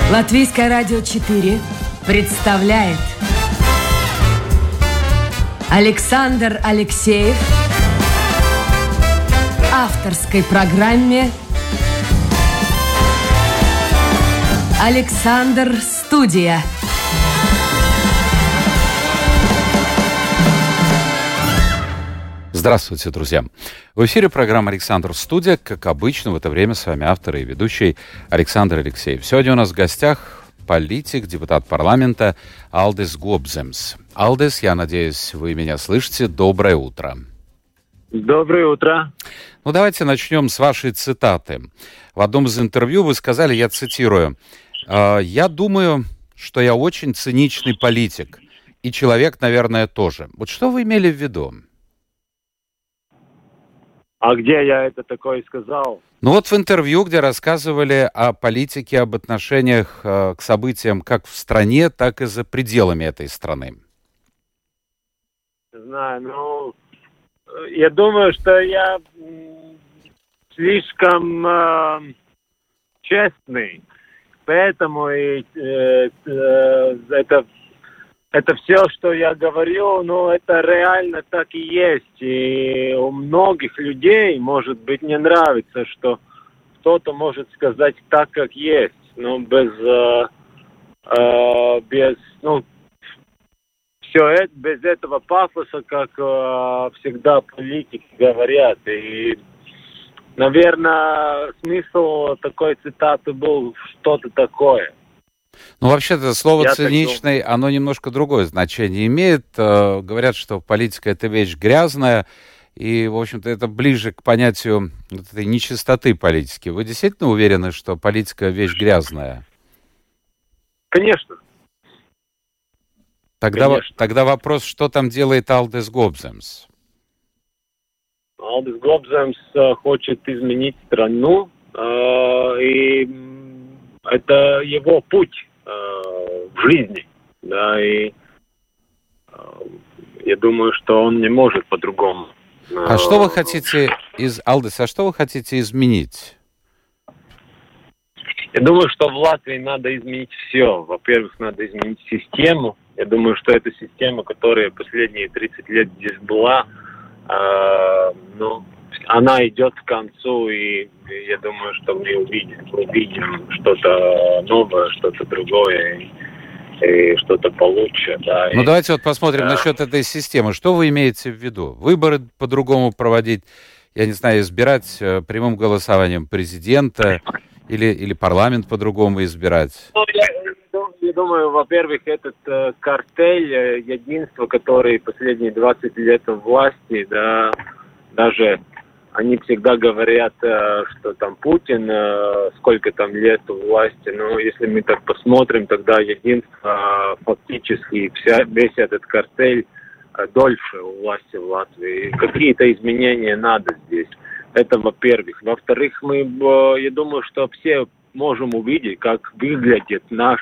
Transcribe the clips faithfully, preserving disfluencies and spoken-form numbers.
Латвийское радио четыре представляет Александр Алексеев в авторской программе «Александр Студия». Здравствуйте, друзья. В эфире программа «Александр Студия». Как обычно, в это время с вами автор и ведущий Александр Алексеев. Сегодня у нас в гостях политик, депутат парламента Алдис Гобземс. Алдис, я надеюсь, вы меня слышите. Доброе утро. Доброе утро. Ну, давайте начнем с вашей цитаты. В одном из интервью вы сказали, я цитирую, «Я думаю, что я очень циничный политик. И человек, наверное, тоже». Вот что вы имели в виду? А где я это такое сказал? Ну вот в интервью, где рассказывали о политике, об отношениях э, к событиям как в стране, так и за пределами этой страны. Не знаю, ну, я думаю, что я слишком э, честный, поэтому и, э, э, это... Это все, что я говорю, ну, это реально так и есть. И у многих людей, может быть, не нравится, что кто-то может сказать так, как есть. Но без, э, э, без, ну, все это, без этого пафоса, как э, всегда политики говорят. И, наверное, смысл такой цитаты был что-то такое. Ну, вообще-то слово Я «циничный», оно немножко другое значение имеет. Э, говорят, что политика — это вещь грязная, и, в общем-то, это ближе к понятию вот этой нечистоты политики. Вы действительно уверены, что политика — вещь грязная? Конечно. Тогда, Конечно. тогда вопрос, что там делает Алдис Гобземс? Алдис Гобземс э, хочет изменить страну, э, и это его путь э, в жизни, да, и э, я думаю, что он не может по-другому. А э, что вы хотите из Алдис, а что вы хотите изменить? Я думаю, что в Латвии надо изменить все. Во-первых, надо изменить систему. Я думаю, что эта система, которая последние тридцать лет здесь была, э, ну, она идет к концу, и я думаю, что мы увидим, увидим что-то новое, что-то другое, и, и что-то получше. Да, ну, и, давайте вот посмотрим да. насчет этой системы. Что вы имеете в виду? Выборы по-другому проводить, я не знаю, избирать э, прямым голосованием президента или, или парламент по-другому избирать? Ну, я, я думаю, во-первых, этот э, картель, э, единство, который последние двадцать лет в власти, да, даже... Они всегда говорят, что там Путин, сколько там лет у власти, но если мы так посмотрим, тогда единство, фактически вся, весь этот картель дольше у власти в Латвии. Какие-то изменения надо здесь. Это во-первых. Во-вторых, мы, я думаю, что все можем увидеть, как выглядит наш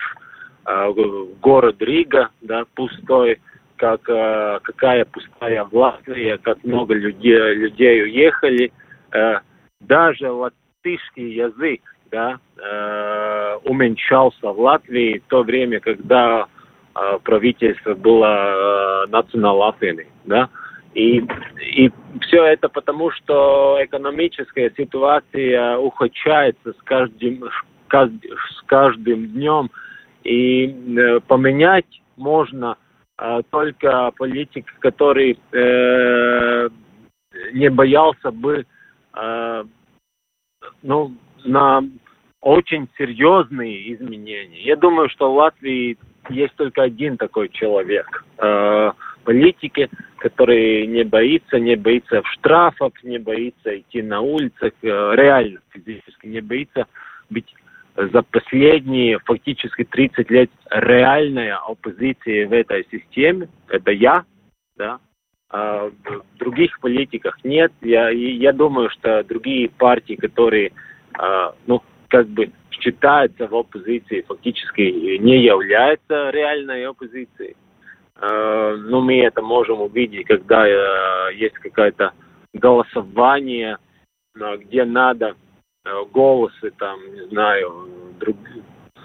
город Рига, да, пустой, как э, какая пустая Латвия, как много людей, людей уехали. Э, даже латышский язык, да, э, уменьшался в Латвии в то время, когда э, правительство было э, национал-латвийным, да. И, и все это потому, что экономическая ситуация ухудшается с каждым, с каждым днем, и э, поменять можно только политик, который э, не боялся бы э, ну, на очень серьезные изменения. Я думаю, что в Латвии есть только один такой человек. Э, политики, который не боится, не боится штрафов, не боится идти на улицах, э, реально физически не боится быть за последние фактически тридцать лет реальная оппозиция в этой системе. Это я, да. А других политиков нет. Я, я думаю, что другие партии, которые, а, ну, как бы считаются в оппозиции, фактически не являются реальной оппозицией. А, но мы это можем увидеть, когда а, есть какое-то голосование, а, где надо голосы, там, не знаю, друг,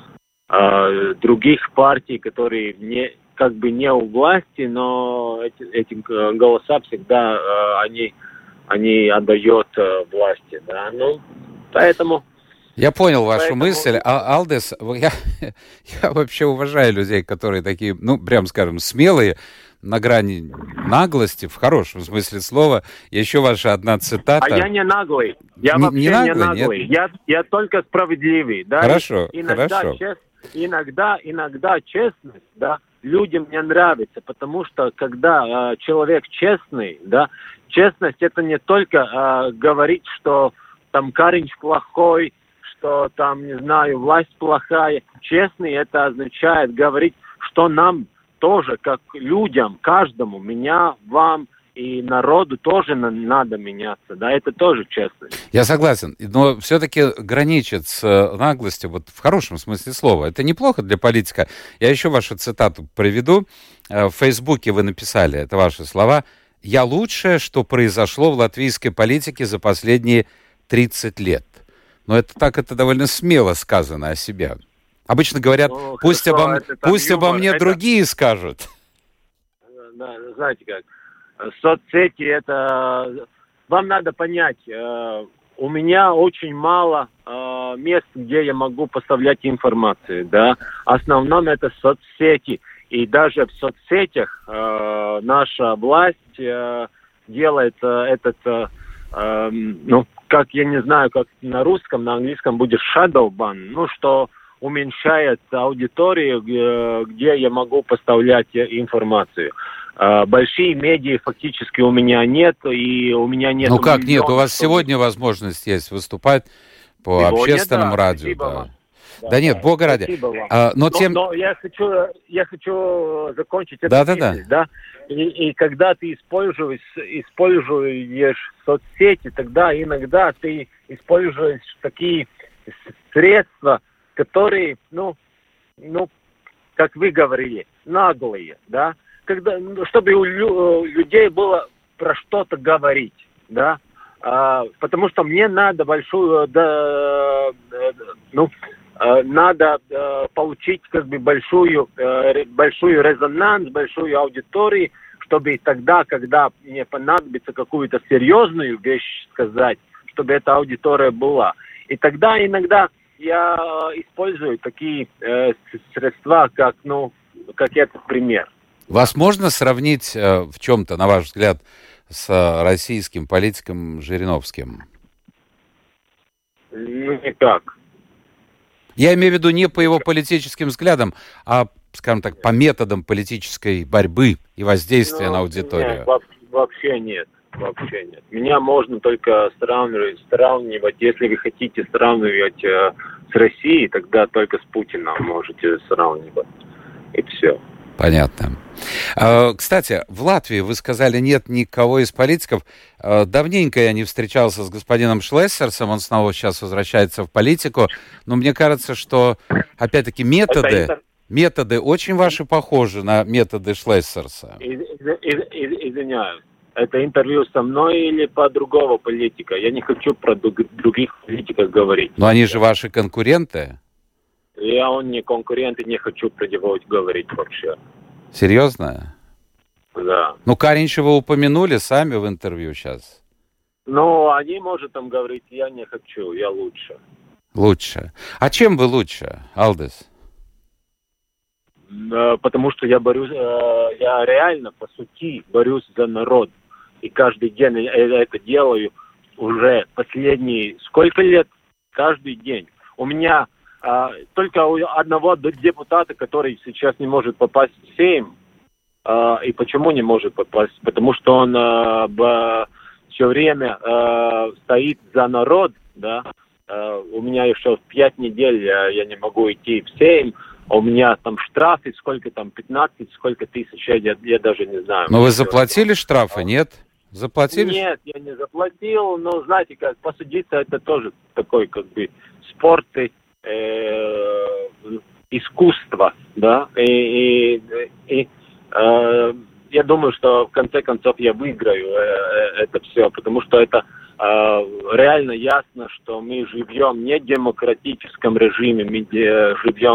э, других партий, которые не, как бы не у власти, но эти, эти голоса всегда э, они, они отдают э, власти. Да? Ну, поэтому... Я понял вашу Поэтому... мысль. А, Алдес, я, я вообще уважаю людей, которые такие, ну, прям скажем, смелые, на грани наглости, в хорошем смысле слова. Еще ваша одна цитата. А я не наглый. Я не, вообще не наглый, не наглый. Я, я только справедливый. Да? Хорошо, иногда хорошо. Чест, иногда, иногда честность, да, людям не нравится, потому что когда э, человек честный, да, честность это не только э, говорить, что там Каринч плохой, что там, не знаю, власть плохая. Честный это означает говорить, что нам тоже, как людям, каждому, меня, вам и народу тоже на- надо меняться. Да, это тоже честность. Я согласен, но все-таки граничит с наглостью, вот в хорошем смысле слова. Это неплохо для политика. Я еще вашу цитату приведу. В Фейсбуке вы написали, это ваши слова. «Я лучшее, что произошло в латвийской политике за последние тридцать лет». Но это так, это довольно смело сказано о себе. Обычно говорят, ну, пусть, хорошо, обо, это, пусть юмор, обо мне это... другие скажут. Да, знаете как, соцсети это... Вам надо понять, э, у меня очень мало э, мест, где я могу поставлять информацию, да. В основном это соцсети. И даже в соцсетях э, наша власть э, делает э, этот... Э, э, ну, как, я не знаю, как на русском, на английском будет shadow ban, ну, что уменьшает аудиторию, где я могу поставлять информацию. Большие медиа фактически у меня нет, и у меня нет... Ну как нет? У вас чтобы... сегодня возможность есть выступать по сегодня, общественному да, радио. Да. Да, да, да нет, бога ради. А, но, но, тем... но я хочу, я хочу закончить эту да, да, мысль, да. И, и когда ты используешь, используешь соцсети, тогда иногда ты используешь такие средства, которые, ну, ну, как вы говорили, наглые, да, когда, чтобы у людей было про что-то говорить, да, а, потому что мне надо большую, да, ну, надо э, получить как бы большую, э, большую резонанс, большую аудиторию, чтобы тогда, когда мне понадобится какую-то серьезную вещь сказать, чтобы эта аудитория была. И тогда иногда я использую такие э, средства, как, ну, как этот пример. Вас можно сравнить э, в чем-то, на ваш взгляд, с э, российским политиком Жириновским? Ну, никак. Я имею в виду не по его политическим взглядам, а, скажем так, по методам политической борьбы и воздействия ну, на аудиторию. Нет, вообще нет. Вообще нет. Меня можно только сравнивать, сравнивать, если вы хотите сравнивать э, с Россией, тогда только с Путиным можете сравнивать. И все. Понятно. Кстати, в Латвии, вы сказали, нет никого из политиков. Давненько я не встречался с господином Шлессерсом, он снова сейчас возвращается в политику. Но мне кажется, что, опять-таки, методы, это... методы очень ваши похожи на методы Шлессерса. Из, из, из, извиняюсь. Это интервью со мной или по другого политика? Я не хочу про других политиков говорить. Но они же ваши конкуренты. Я он не конкурент и не хочу про него говорить вообще. Серьезно? Да. Ну, Каринча вы упомянули сами в интервью сейчас. Ну, они, может, там говорить, я не хочу, я лучше. Лучше. А чем вы лучше, Алдес? Потому что я борюсь, я реально, по сути, борюсь за народ. И каждый день я это делаю уже последние сколько лет? Каждый день. У меня а, только у одного депутата, который сейчас не может попасть в Сейм. А, и почему не может попасть? Потому что он а, б, все время а, стоит за народ, да. А, у меня еще пять недель я, я не могу идти в Сейм. А у меня там штрафы, сколько там, пятнадцать, сколько тысяч, я, я даже не знаю. Но вы заплатили штрафы, нет? Заплатили? Нет, я не заплатил, но знаете, как посудиться, это тоже такой как бы спорт и э, искусство, да, и, и, и э, я думаю, что в конце концов я выиграю э, это все, потому что это э, реально ясно, что мы живем не в демократическом режиме, мы живем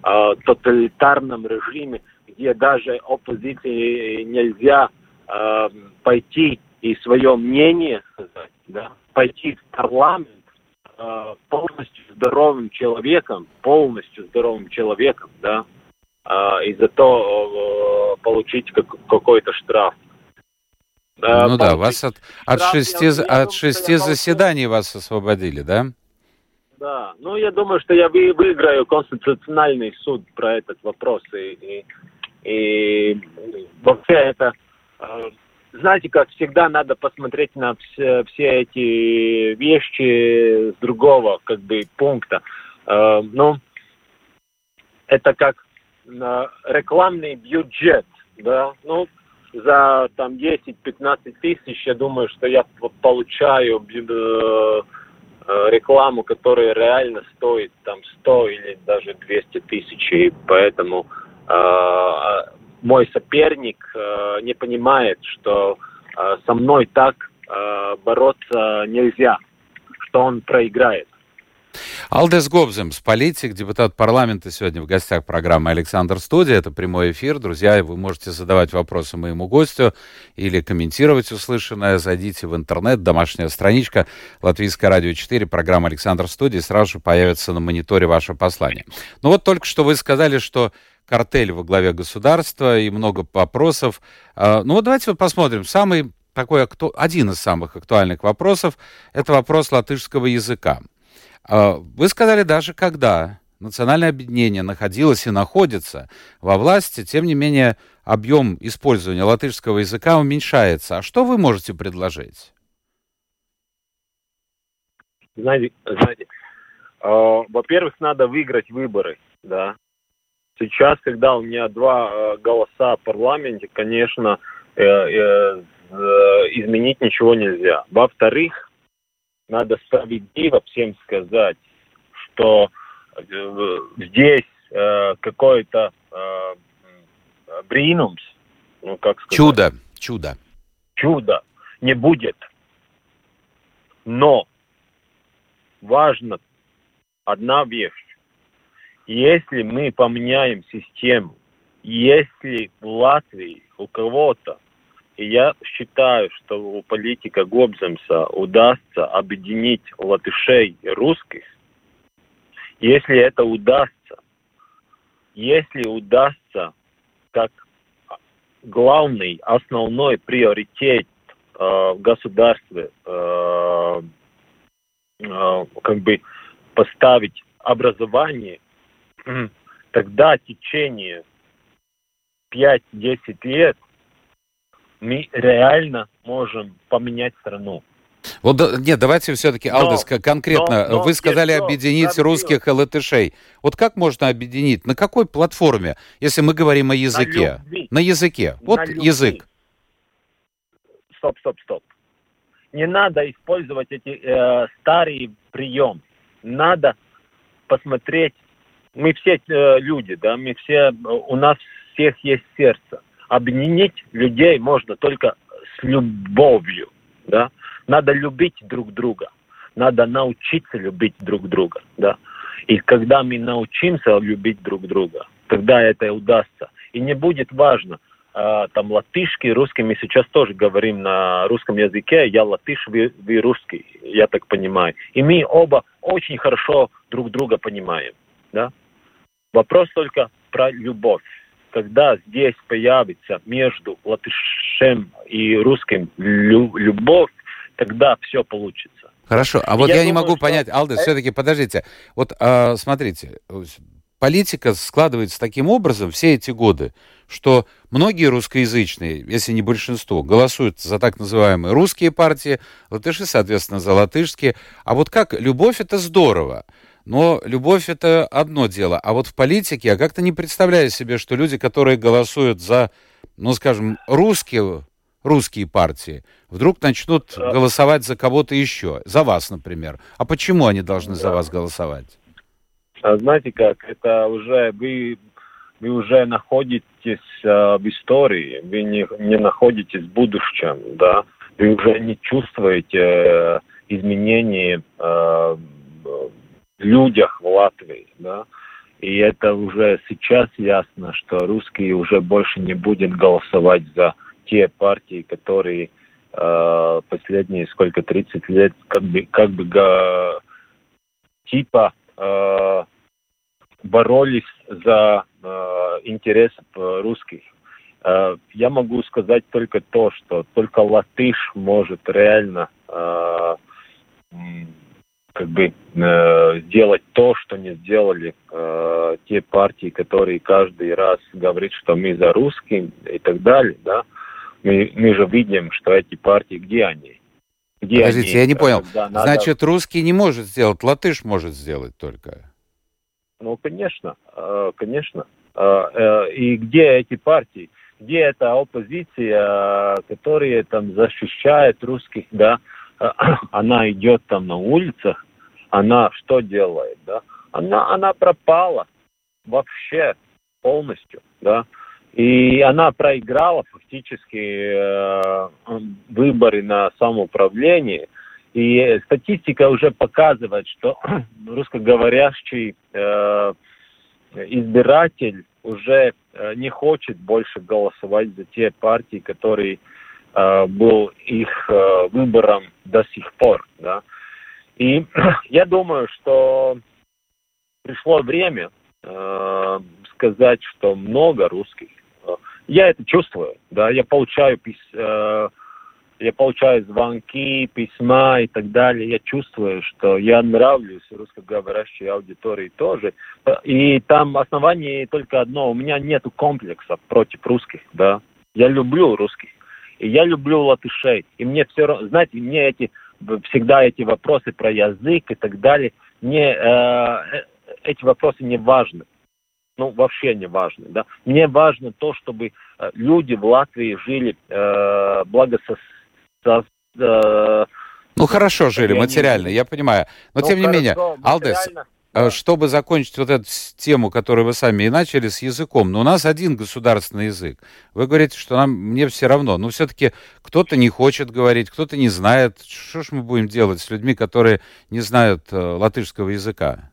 э, тоталитарном режиме, где даже оппозиции нельзя э, пойти и свое мнение сказать, да, пойти в парламент э, полностью здоровым человеком, полностью здоровым человеком, да, э, и зато э, получить как, какой-то штраф. Э, ну да, вас от, от штраф, шести, я, я от думаю, шести заседаний вас освободили, да? Да, ну я думаю, что я вы, выиграю Конституциональный суд про этот вопрос. И, и, и вообще это, э, знаете, как всегда надо посмотреть на все, все эти вещи с другого как бы пункта. Э, ну, это как э, рекламный бюджет, да, ну, за там десять-пятнадцать тысяч, я думаю, что я получаю э, рекламу, которая реально стоит там сто или даже двести тысяч, и поэтому э, мой соперник э, не понимает, что э, со мной так э, бороться нельзя, что он проиграет. Алдис Гобземс, политик, депутат парламента, сегодня в гостях программы «Александр Студия». Это прямой эфир. Друзья, вы можете задавать вопросы моему гостю или комментировать услышанное. Зайдите в интернет, домашняя страничка Латвийское радио четыре, программа «Александр Студия», сразу же появится на мониторе ваше послание. Ну вот только что вы сказали, что картель во главе государства и много вопросов. Ну вот давайте вот посмотрим. Самый такой, один из самых актуальных вопросов – это вопрос латышского языка. Вы сказали, даже когда национальное объединение находилось и находится во власти, тем не менее объем использования латышского языка уменьшается. А что вы можете предложить? Знаете, знаете э, во-первых, надо выиграть выборы, да. Сейчас, когда у меня два э, голоса в парламенте, конечно, э, э, э, изменить ничего нельзя. Во-вторых, надо справедливо всем сказать, что э, здесь э, какой-то э, бринумс, ну как сказать? Чудо, чудо. Чудо не будет. Но важна одна вещь. Если мы поменяем систему, если в Латвии у кого-то, и я считаю, что у политика Гобземса удастся объединить латышей и русских, если это удастся, если удастся как главный, основной приоритет э, в государстве э, э, как бы поставить образование, тогда в течение пять-десять лет мы реально можем поменять страну. Вот, нет, давайте все-таки, Алдис, конкретно, но, но, вы сказали объединить русских и латышей. Вот как можно объединить? На какой платформе, если мы говорим о языке? На, на языке. Вот на язык. Стоп, стоп, стоп. Не надо использовать эти э, старые приемы. Надо посмотреть. Мы все э, люди, да, мы все, у нас всех есть сердце. Объединить людей можно только с любовью, да. Надо любить друг друга, надо научиться любить друг друга, да. И когда мы научимся любить друг друга, тогда это удастся. И не будет важно, э, там латышский, русский, мы сейчас тоже говорим на русском языке, я латыш, вы, вы русский, я так понимаю. И мы оба очень хорошо друг друга понимаем, да. Вопрос только про любовь. Когда здесь появится между латышем и русским лю- любовь, тогда все получится. Хорошо, а вот я, я думаю, не могу что... понять, Алдис, все-таки подождите. Вот а, смотрите, политика складывается таким образом все эти годы, что многие русскоязычные, если не большинство, голосуют за так называемые русские партии, латыши, соответственно, за латышские. А вот как любовь — это здорово. Но любовь — это одно дело. А вот в политике я как-то не представляю себе, что люди, которые голосуют за, ну, скажем, русские, русские партии, вдруг начнут да. голосовать за кого-то еще. За вас, например. А почему они должны да. за вас голосовать? А знаете как, это уже вы, вы уже находитесь а, в истории, вы не, не находитесь в будущем, да? Вы уже не чувствуете а, изменений а, в людях в Латвии, да, И это уже сейчас ясно, что русские уже больше не будут голосовать за те партии, которые э, последние сколько, тридцать лет как бы, как бы го, типа э, боролись за э, интересы русских. Э, я могу сказать только то, что только латыш может реально э, как бы э, сделать то, что не сделали э, те партии, которые каждый раз говорят, что мы за русских и так далее, да. Мы, мы же видим, что эти партии, где они? Где Подождите, они, я не понял. надо... Значит, русский не может сделать, латыш может сделать только? Ну, конечно, э, конечно. Э, э, и где эти партии? Где эта оппозиция, которая там защищает русских, да? Она идет там на улицах, она что делает, да? Она, она пропала вообще полностью, да? И она проиграла фактически э, выборы на самоуправление. И статистика уже показывает, что русскоговорящий э, избиратель уже э, не хочет больше голосовать за те партии, которые э, был их э, выбором до сих пор. Да? И я думаю, что пришло время э, сказать, что много русских. Я это чувствую, да, я получаю пис, э, я получаю звонки, письма и так далее. Я чувствую, что я нравлюсь русскоговорящей аудитории тоже. И там основание только одно: у меня нету комплексов против русских, да. Я люблю русских, и я люблю латышей. И мне все равно, знаете, мне эти всегда эти вопросы про язык и так далее, мне э, эти вопросы не важны. Ну, вообще не важно, да. Мне важно то, чтобы э, люди в Латвии жили э, благосо... Э, ну, хорошо жили, материально, я понимаю. Но, ну, тем не менее, Алдес, да. Чтобы закончить вот эту тему, которую вы сами и начали, с языком, но у нас один государственный язык. Вы говорите, что нам, мне все равно. Но все-таки кто-то не хочет говорить, кто-то не знает. Что ж мы будем делать с людьми, которые не знают э, латышского языка?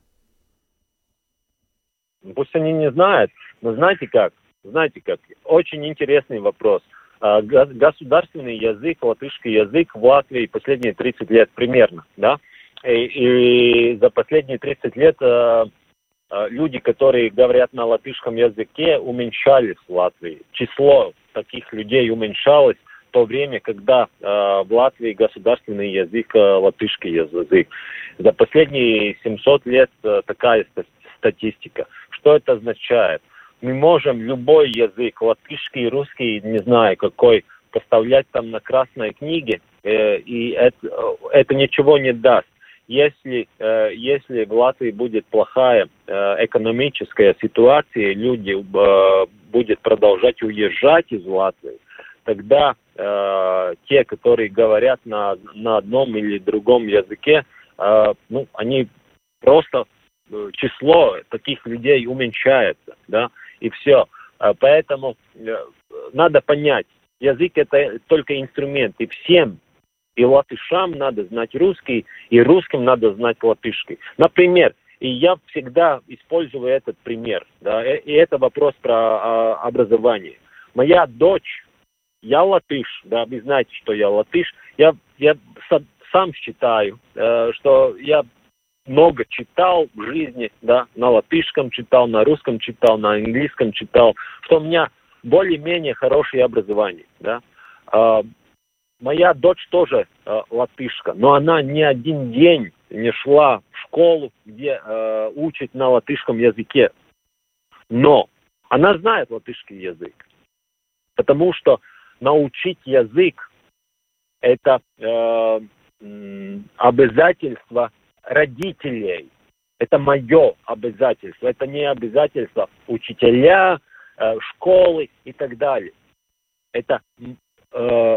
Пусть они не знают, но знаете как? Знаете как? Очень интересный вопрос. Государственный язык, латышский язык в Латвии последние тридцать лет примерно, да? И, и за последние тридцать лет э, люди, которые говорят на латышском языке, уменьшались в Латвии. Число таких людей уменьшалось в то время, когда э, в Латвии государственный язык, э, латышский язык. За последние семьсот лет э, такая статистика. Что это означает? Мы можем любой язык, латышский, русский, не знаю какой, поставлять там на красной книге, э, и это, это ничего не даст. Если, э, если в Латвии будет плохая э, экономическая ситуация, люди э, будут продолжать уезжать из Латвии, тогда э, те, которые говорят на, на одном или другом языке, э, ну, они просто... число таких людей уменьшается, да, и все. Поэтому надо понять, язык это только инструмент, и всем, и латышам надо знать русский, и русским надо знать латышский. Например, и я всегда использую этот пример, да, и это вопрос про образование. Моя дочь, я латыш, да, вы знаете, что я латыш, я, я сам считаю, что я много читал в жизни, да, на латышском читал, на русском читал, на английском читал, что у меня более-менее хорошее образование, да. А, моя дочь тоже а, латышка, но она ни один день не шла в школу, где а, учат на латышском языке. Но она знает латышский язык, потому что научить язык – это а, м, обязательство родителей. Это мое обязательство. Это не обязательство учителя, э, школы и так далее. Это э,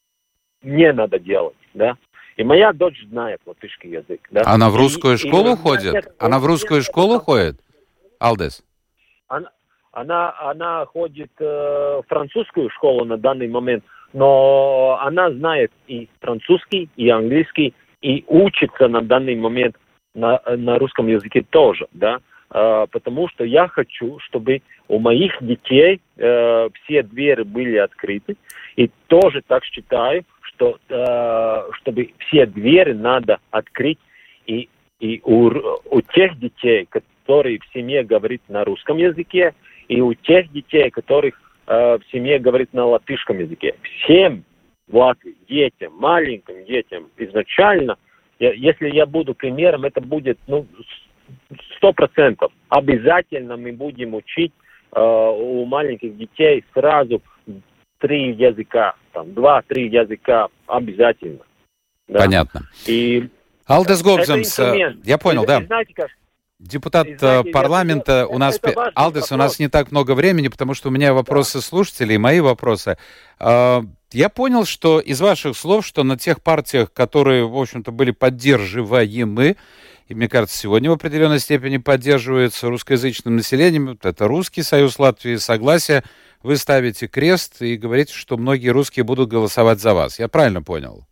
мне надо делать, да. И моя дочь знает латышский язык, да. Она в русскую и, школу и, ходит? Нет, она в русскую нет, школу нет, ходит? Алдес? Она, она, она ходит э, в французскую школу на данный момент, но она знает и французский, и английский, и учится на данный момент на, на русском языке тоже, да. э, потому что я хочу, чтобы у моих детей э, все двери были открыты. И тоже так считаю, что э, чтобы все двери надо открыть и, и у, у тех детей, которые в семье говорят на русском языке, и у тех детей, которых э, в семье говорят на латышском языке. Всем в Латвии, детям, маленьким детям изначально, я, если я буду примером, это будет ну, сто процентов. Обязательно мы будем учить э, у маленьких детей сразу три языка, там, два-три языка обязательно. Да. Понятно. И Алдес Гобземс, я понял, и, да. И знаете, как, Депутат знаете, парламента, я, у нас... это Алдес, вопрос. у нас не так много времени, потому что у меня вопросы да. слушателей, мои вопросы. Я понял, что из ваших слов, что на тех партиях, которые, в общем-то, были поддерживаемы, и, мне кажется, сегодня в определенной степени поддерживаются русскоязычным населением, это Русский союз Латвии, Согласие, вы ставите крест и говорите, что многие русские будут голосовать за вас. Я правильно понял?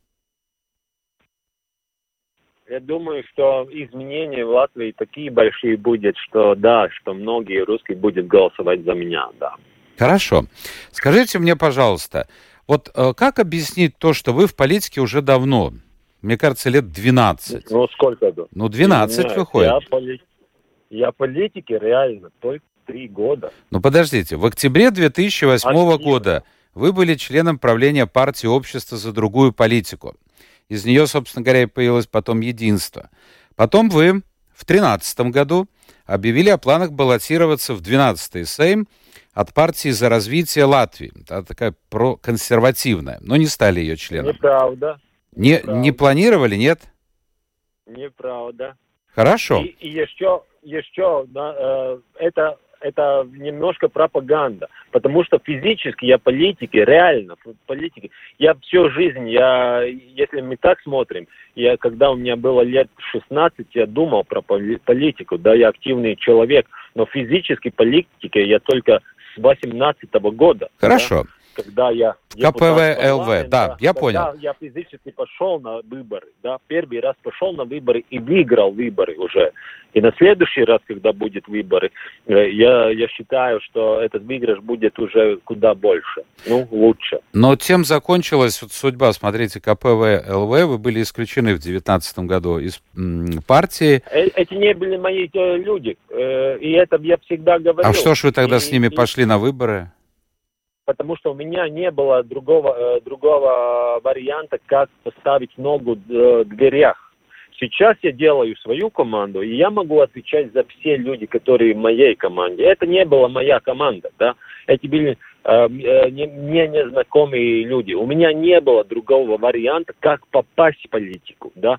Я думаю, что изменения в Латвии такие большие будут, что да, что многие русские будут голосовать за меня, да. Хорошо. Скажите мне, пожалуйста, вот э, как объяснить то, что вы в политике уже давно? Мне кажется, лет двенадцать. Ну, сколько? Ну, двенадцать выходит. Я, поли... я политики реально только три года. Ну, подождите, в октябре две тысячи восьмого Активно. года вы были членом правления партии «Общество за другую политику». Из нее, собственно говоря, и появилось потом «Единство». Потом вы в две тысячи тринадцатом году объявили о планах баллотироваться в двенадцатый Сейм от партии «За развитие Латвии». Это такая проконсервативная, но не стали ее членом. Неправда. Не, Неправда. не планировали, нет? Неправда. Хорошо. И, и еще, еще да, э, это, это немножко пропаганда, потому что физически я политики, реально политики. Я всю жизнь, я, если мы так смотрим, я, когда у меня было лет шестнадцать, я думал про политику, да, я активный человек, но физически политикой я только с восемнадцатого года. Хорошо. Да, когда я ка пэ вэ эл вэ, да, я понял. Я физически пошел на выборы, да, первый раз пошел на выборы и выиграл выборы уже. И на следующий раз, когда будут выборы, я, я считаю, что этот выигрыш будет уже куда больше, ну, лучше. Но тем закончилась вот судьба, смотрите, ка пэ вэ эл вэ, вы были исключены в девятнадцатом году из м, партии. Э, эти не были мои э, люди, э, и это я всегда говорил. А что ж вы тогда и, с ними и... пошли на выборы? Потому что у меня не было другого, э, другого варианта, как поставить ногу в дверях. Сейчас я делаю свою команду, и я могу отвечать за все люди, которые в моей команде. Это не была моя команда, да. Эти были э, не, мне незнакомые люди. У меня не было другого варианта, как попасть в политику, да.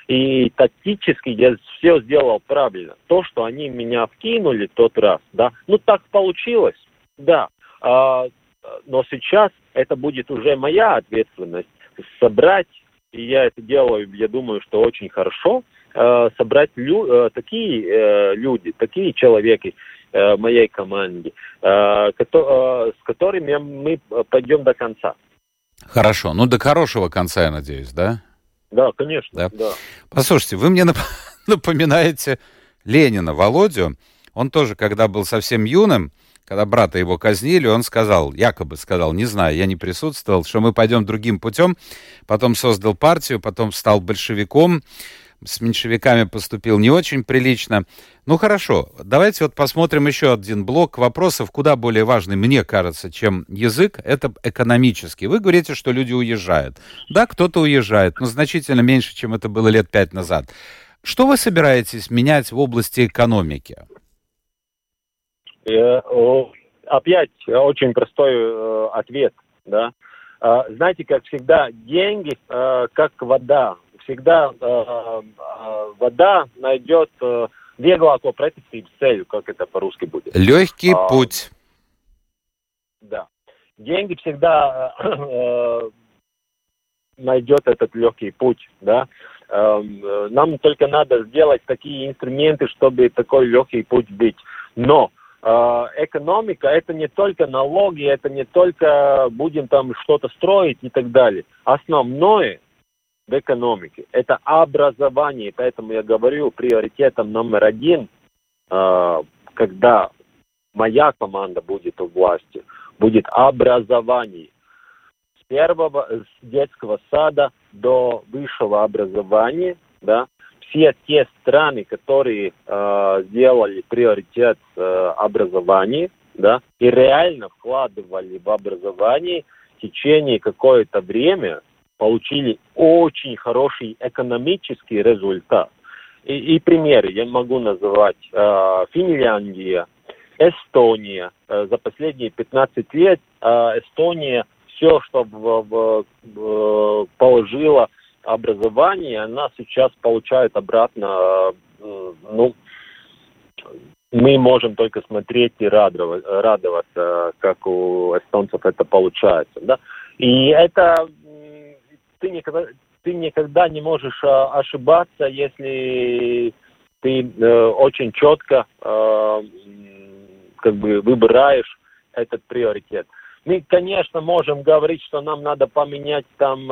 И тактически я все сделал правильно. То, что они меня вкинули в тот раз, да, ну так получилось, да. А, но сейчас это будет уже моя ответственность собрать, и я это делаю, я думаю, что очень хорошо, э, собрать лю- э, такие э, люди, такие человеки э, в моей команде, э, ко- э, с которыми мы пойдем до конца. Хорошо, ну до хорошего конца, я надеюсь, да? Да, конечно, да. да. Послушайте, вы мне нап- напоминаете Ленина, Володю. Он тоже, когда был совсем юным, когда брата его казнили, он сказал, якобы сказал, не знаю, я не присутствовал, что мы пойдем другим путем, потом создал партию, потом стал большевиком, с меньшевиками поступил не очень прилично. Ну хорошо, давайте вот посмотрим еще один блок вопросов, куда более важный, мне кажется, чем язык, это экономический. Вы говорите, что люди уезжают. Да, кто-то уезжает, но значительно меньше, чем это было лет пять назад. Что вы собираетесь менять в области экономики? Опять очень простой ответ, да. Знаете, как всегда, деньги как вода. Всегда вода найдет веглако претекстības целью, как это по-русски будет. Легкий а, путь. Да. Деньги всегда найдет этот легкий путь, да. Нам только надо сделать такие инструменты, чтобы такой легкий путь быть. Но экономика — это не только налоги, это не только будем там что-то строить и так далее. Основное в экономике — это образование. Поэтому я говорю, приоритетом номер один э, когда моя команда будет у власти, будет образование. С первого, с детского сада до высшего образования, да, все те страны, которые э, сделали приоритет э, образования, да, и реально вкладывали в образование, в течение какое-то время получили очень хороший экономический результат. И, и примеры я могу называть. Э, Финляндия, Эстония. Э, за последние пятнадцать лет э, Эстония все, что в, в, в, положила образование, она сейчас получает обратно, э, ну, мы можем только смотреть и радоваться, радоваться, как у эстонцев это получается, да. И это ты никогда, ты никогда не можешь ошибаться, если ты э, очень четко э, как бы выбираешь этот приоритет. Мы, конечно, можем говорить, что нам надо поменять там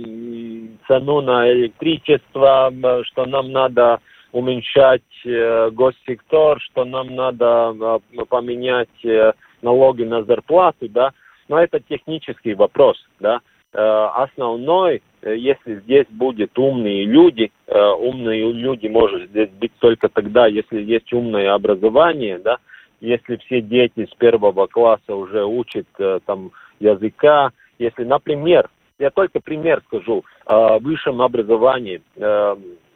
э, цену на электричество, что нам надо уменьшать э, госсектор, что нам надо э, поменять э, налоги на зарплату, да. Но это технический вопрос, да. Э, основной, э, если здесь будут умные люди, э, умные люди может здесь быть только тогда, если есть умное образование, да. Если все дети с первого класса уже учат э, там языка, если, например, я только пример скажу, э, в высшем образовании, э,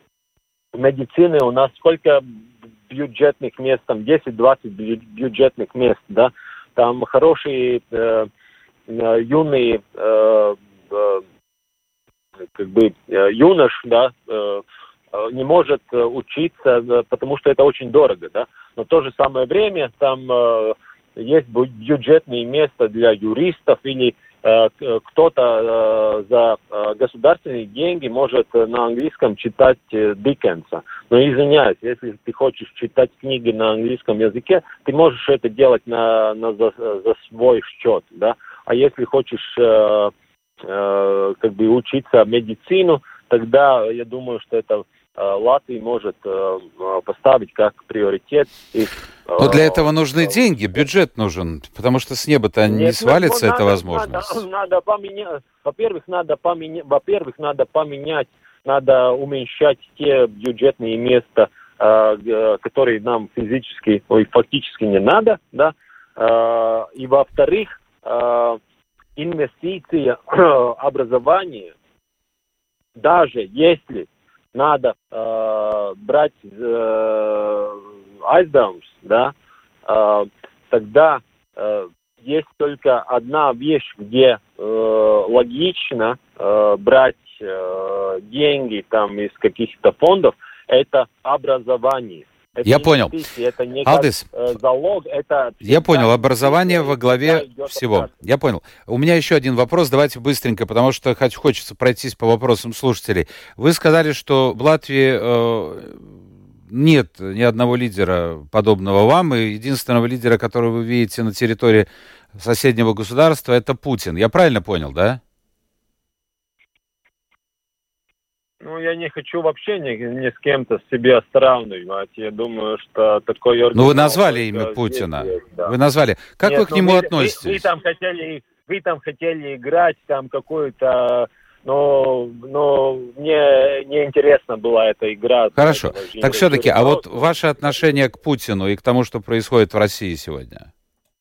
медицины у нас сколько бюджетных мест, там десять-двадцать бюджетных мест, да, там хорошие э, юные э, э, как бы э, юнош, да, э, не может учиться, потому что это очень дорого, да. Но в то же самое время там э, есть бюджетные места для юристов или э, кто-то э, за э, государственные деньги может на английском читать э, Диккенса. Но извиняюсь, если ты хочешь читать книги на английском языке, ты можешь это делать на, на, за, за свой счет, да. А если хочешь э, э, как бы учиться медицину, тогда я думаю, что это Латвия может э, поставить как приоритет. И, э, Но для этого нужны деньги, бюджет нужен, потому что с неба-то не Нет, свалится ну, эта надо, возможность. Надо, надо поменять, во-первых, надо поменять, во-первых, надо поменять, надо уменьшать те бюджетные места, э, которые нам физически, ой, фактически не надо, да. Э, и во-вторых, э, инвестиции в образование, даже если надо э, брать э, aizdevums, да, э, тогда э, есть только одна вещь, где э, логично э, брать э, деньги там из каких-то фондов, это образование. Это Я понял. Это не Алдис, как, э, залог, это... Я понял, образование во главе всего. Я понял. У меня еще один вопрос, давайте быстренько, потому что хочется пройтись по вопросам слушателей. Вы сказали, что в Латвии э, нет ни одного лидера, подобного вам, и единственного лидера, которого вы видите на территории соседнего государства, это Путин. Я правильно понял, да? Ну, я не хочу вообще ни, ни с кем-то себя сравнивать. Я думаю, что такой оригинал... Ну, вы назвали имя Путина. Есть, да. Вы назвали. Как Нет, вы к нему вы, относитесь? Вы, вы, там хотели, вы там хотели играть там какую-то... Но, но мне неинтересна была эта игра. Хорошо. Так все-таки, а вот ваше отношение к Путину и к тому, что происходит в России сегодня?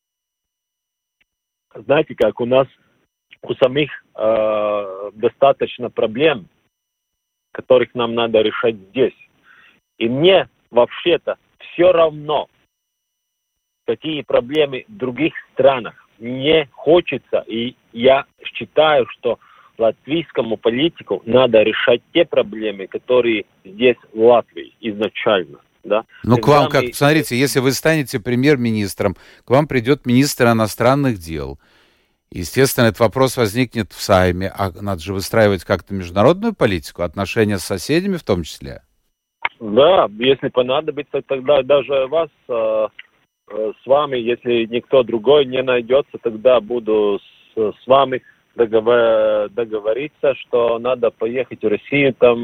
Знаете, как у нас у самих э, достаточно проблем, которых нам надо решать здесь. И мне вообще-то все равно, какие проблемы в других странах. Мне хочется, и я считаю, что латвийскому политику надо решать те проблемы, которые здесь в Латвии изначально. Да? Ну, к вам, мы... как, смотрите, если вы станете премьер-министром, к вам придет министр иностранных дел. Естественно, этот вопрос возникнет в Сайме. А надо же выстраивать как-то международную политику, отношения с соседями в том числе. Да, если понадобится, тогда даже вас э, э, с вами, если никто другой не найдется, тогда буду с, с вами договор, договориться, что надо поехать в Россию, там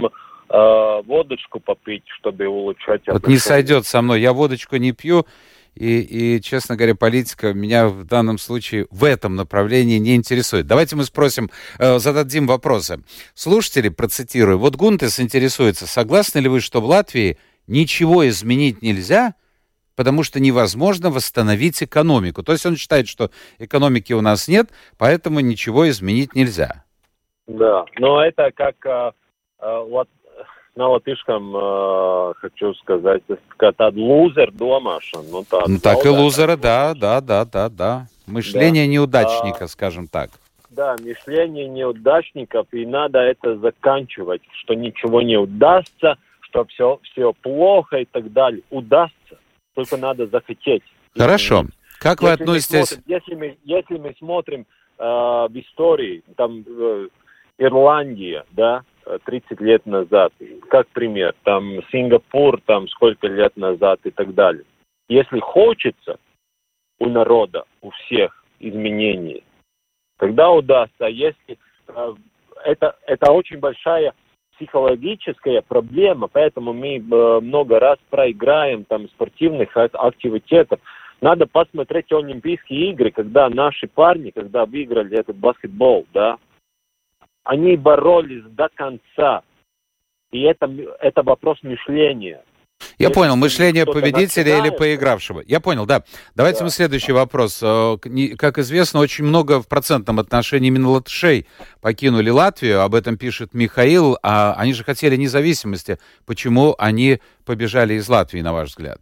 э, водочку попить, чтобы улучшать Вот отношения. не сойдет со мной. Я водочку не пью, и, и, честно говоря, политика меня в данном случае в этом направлении не интересует. Давайте мы спросим, э, зададим вопросы. Слушатели, процитирую, вот Гунтес интересуется, согласны ли вы, что в Латвии ничего изменить нельзя, потому что невозможно восстановить экономику? То есть он считает, что экономики у нас нет, поэтому ничего изменить нельзя. Да, но это как э, э, вот на латышском э, хочу сказать, это лузер домашен. Ну, так, ну так и лузера, так, да, да, да, да, да. Мышление да. неудачника, а, скажем так. Да, мышление неудачников, и надо это заканчивать, что ничего не удастся, что все, все плохо и так далее. Удастся, только надо захотеть. Хорошо. Как вы если относитесь... Мы смотрим, если, мы, если мы смотрим э, в истории, там, э, Ирландия, да, тридцать лет назад, как пример, там Сингапур, там сколько лет назад и так далее. Если хочется у народа, у всех изменений, тогда удастся. А если э, это, это очень большая психологическая проблема, поэтому мы э, много раз проиграем там спортивных активитетов. Надо посмотреть Олимпийские игры, когда наши парни, когда выиграли этот баскетбол, да, они боролись до конца. И это, это вопрос мышления. Я Если понял, мышление победителя начинает... или проигравшего. Я понял, да. Давайте да. мы следующий вопрос. Как известно, очень много в процентном отношении именно латышей покинули Латвию. Об этом пишет Михаил. А они же хотели независимости. Почему они побежали из Латвии, на ваш взгляд?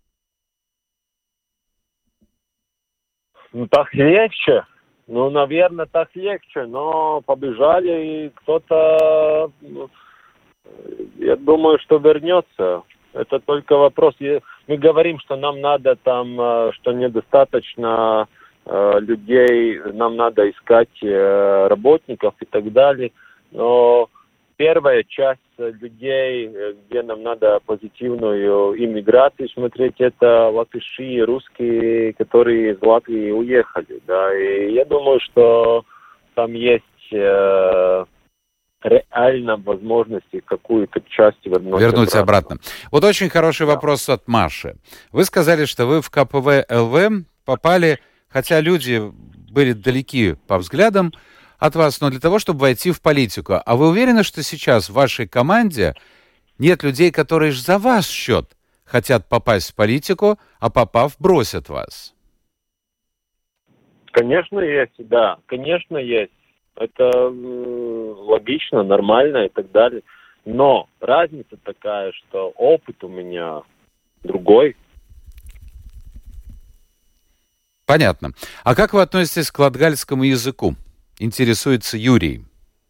Ну, так легче. Ну, наверное, так легче, но побежали, и кто-то, я думаю, что вернется. Это только вопрос. Мы говорим, что нам надо там, что недостаточно людей, нам надо искать работников и так далее. Но первая часть людей, где нам надо позитивную иммиграцию смотреть, это латыши, русские, которые из Латвии уехали. Да. И я думаю, что там есть э, реально возможности какую-то часть вернуть, вернуть обратно. обратно. Вот очень хороший да. вопрос от Маши. Вы сказали, что вы в ка пэ вэ эл вэ попали, хотя люди были далеки по взглядам от вас, но для того, чтобы войти в политику. А вы уверены, что сейчас в вашей команде нет людей, которые за ваш счет хотят попасть в политику, а попав, бросят вас? Конечно, есть, да. Конечно, есть. Это э, логично, нормально и так далее. Но разница такая, что опыт у меня другой. Понятно. А как вы относитесь к латгальскому языку? Интересуется Юрий.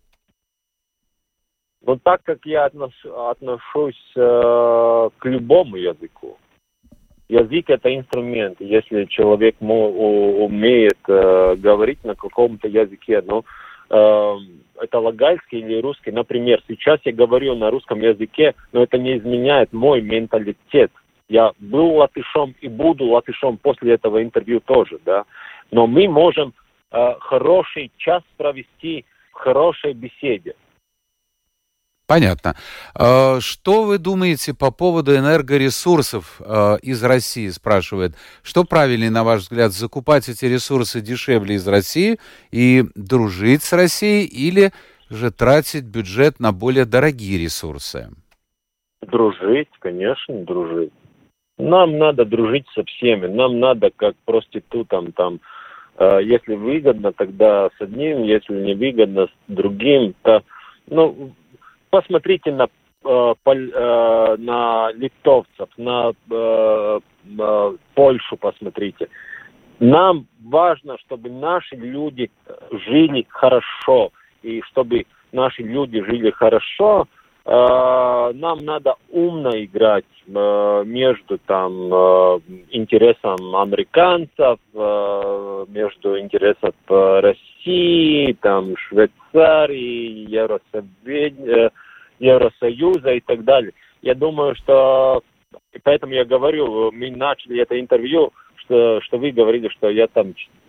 Ну, так как я отнош, отношусь э, к любому языку. Язык – это инструмент. Если человек мо, умеет э, говорить на каком-то языке, ну, э, это латгальский или русский. Например, сейчас я говорю на русском языке, но это не изменяет мой менталитет. Я был латышом и буду латышом после этого интервью тоже, да. Но мы можем хороший час провести в хорошей беседе. Понятно. Что вы думаете по поводу энергоресурсов из России, спрашивает. Что правильнее, на ваш взгляд, закупать эти ресурсы дешевле из России и дружить с Россией, или же тратить бюджет на более дорогие ресурсы? Дружить, конечно, дружить. Нам надо дружить со всеми. Нам надо, как проститутам, там, если выгодно, тогда с одним, если не выгодно, с другим. То, ну, посмотрите на, э, поль, э, на литовцев, на э, э, Польшу посмотрите. Нам важно, чтобы наши люди жили хорошо. И чтобы наши люди жили хорошо, э, нам надо умно играть э, между там, э, интересом американцев, э, между интересом России, там, Швейцарии, Евросовет, Евросоюза и так далее. Я думаю, что, поэтому я говорю, мы начали это интервью, что, что вы говорили, что я там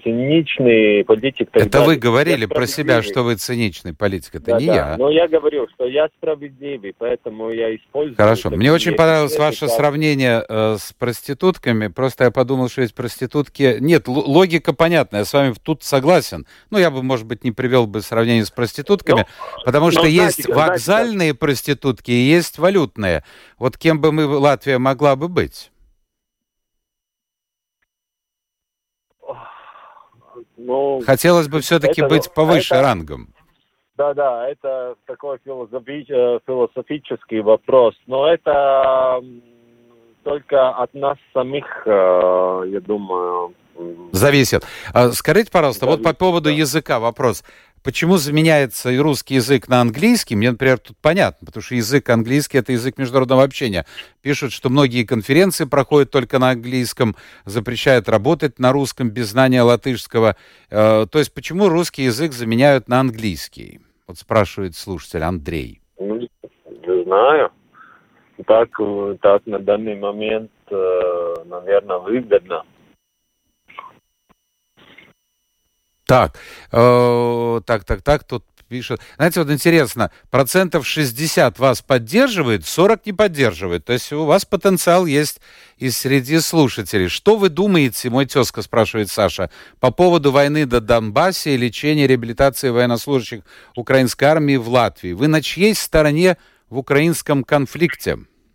циничный политик. Это вы говорили про себя, что вы циничный политик, это да, не да. я. Но я говорю, что я справедливый, поэтому я использую... Хорошо, мне очень понравилось ваше как... сравнение э, с проститутками, просто я подумал, что есть проститутки... Нет, л- логика понятна, я с вами тут согласен. Ну, я бы, может быть, не привел бы сравнение с проститутками, но, потому что есть знаете, вокзальные знаете, проститутки и есть валютные. Вот кем бы мы, Латвия, могла бы быть? Ну, хотелось бы все-таки это, быть повыше это, рангом. Да, да, это такой философи- философический вопрос, но это только от нас самих, я думаю. Зависит. Скажите, пожалуйста, Зависит, вот по поводу да. языка вопрос. Почему заменяется и русский язык на английский? Мне, например, тут понятно, потому что язык английский — это язык международного общения. Пишут, что многие конференции проходят только на английском, запрещают работать на русском без знания латышского. Э, то есть почему русский язык заменяют на английский? Вот спрашивает слушатель Андрей. Не знаю. Так, так на данный момент, э, наверное, выгодно. Так, э, так, так, так, тут пишет. Знаете, вот интересно, процентов шестьдесят вас поддерживает, сорок не поддерживает. То есть у вас потенциал есть и среди слушателей. Что вы думаете, мой тезка, спрашивает Саша, по поводу войны на Донбассе и лечения, реабилитации военнослужащих украинской армии в Латвии? Вы на чьей стороне в украинском конфликте?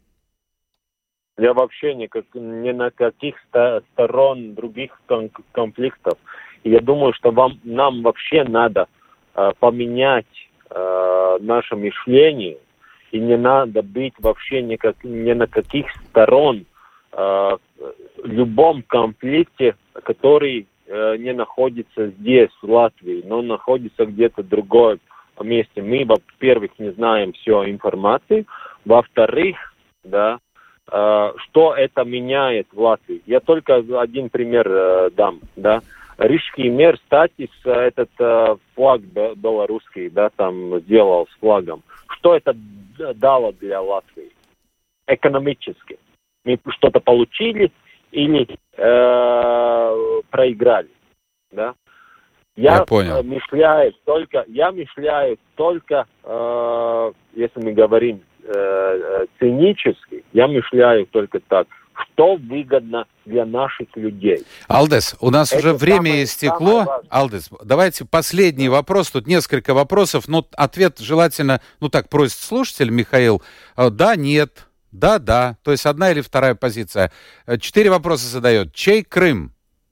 Я вообще никак, ни на каких ста- сторон других кон- конфликтов. Я думаю, что вам, нам вообще надо э, поменять э, наше мышление, и не надо быть вообще никак, ни на каких сторон э, в любом конфликте, который э, не находится здесь, в Латвии, но находится где-то в другом месте. Мы, во-первых, не знаем всю информацию, во-вторых, да, э, что это меняет в Латвии. Я только один пример э, дам, да. Рижский мэр Статис этот э, флаг белорусский, да, там сделал с флагом. Что это дало для Латвии? Экономически. Мы что-то получили или э, проиграли, да? Я, я понял. Мышляю только, я мышляю только, э, если мы говорим э, цинически, я мышляю только так. Что выгодно для наших людей. Алдес, у нас Это уже время самое, истекло. Самое Алдес, давайте последний да. вопрос. Тут несколько вопросов, но ответ желательно, ну так просит слушатель Михаил. Да, нет, да, да. То есть одна или вторая позиция. Четыре вопроса задает. Чей Крым?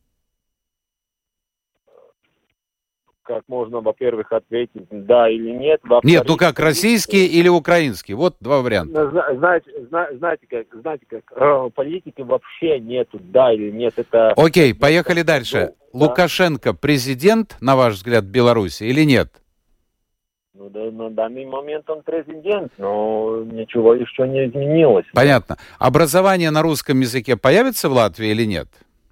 Как можно, во-первых, ответить да или нет. Нет, ну как, российский или украинский? Вот два варианта. Знаете, знаете как, знаете как, э, политики вообще нету, да или нет. Это... Окей, поехали дальше. Ну, Лукашенко да. президент, на ваш взгляд, Беларуси или нет? Ну, да, на данный момент он президент, но ничего еще не изменилось. Понятно. Образование на русском языке появится в Латвии или нет?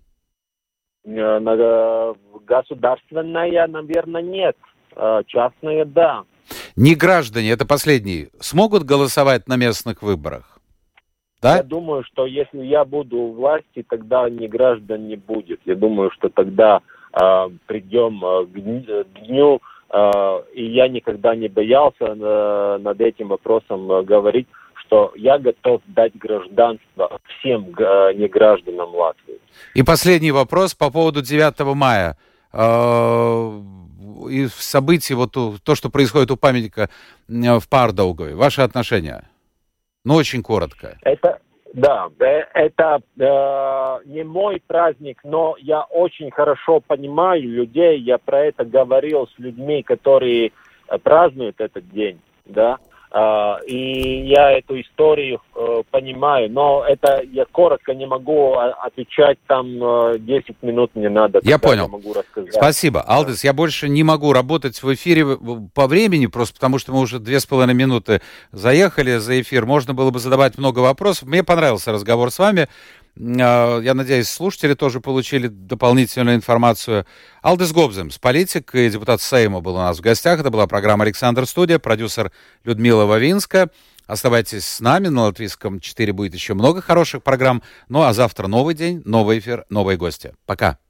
Государственная, наверное, нет. Частная, да. Не граждане, это последний, смогут голосовать на местных выборах? Да? Я думаю, что если я буду у власти, тогда не граждан не будет. Я думаю, что тогда э, придем э, к дню, э, и я никогда не боялся э, над этим вопросом э, говорить, что я готов дать гражданство всем э, негражданам Латвии. И последний вопрос по поводу девятого мая. Э, и событий, вот то, что происходит у памятника в Pārdaugavе. Ваши отношения? Ну, очень коротко. Это, да, это э, не мой праздник, но я очень хорошо понимаю людей. Я про это говорил с людьми, которые празднуют этот день, да. Uh, и я эту историю uh, понимаю, но это я коротко не могу отвечать, там uh, десять минут мне надо. Я понял. Я могу рассказать. Спасибо. Алдес, я больше не могу работать в эфире по времени, просто потому что мы уже две с половиной минуты заехали за эфир. Можно было бы задавать много вопросов. Мне понравился разговор с вами. Я надеюсь, слушатели тоже получили дополнительную информацию. Алдес Гобземс, политик и депутат Сейма, был у нас в гостях. Это была программа «Александр Студия», продюсер Людмила Вавинска. Оставайтесь с нами, на Латвийском четыре будет еще много хороших программ. Ну а завтра новый день, новый эфир, новые гости. Пока.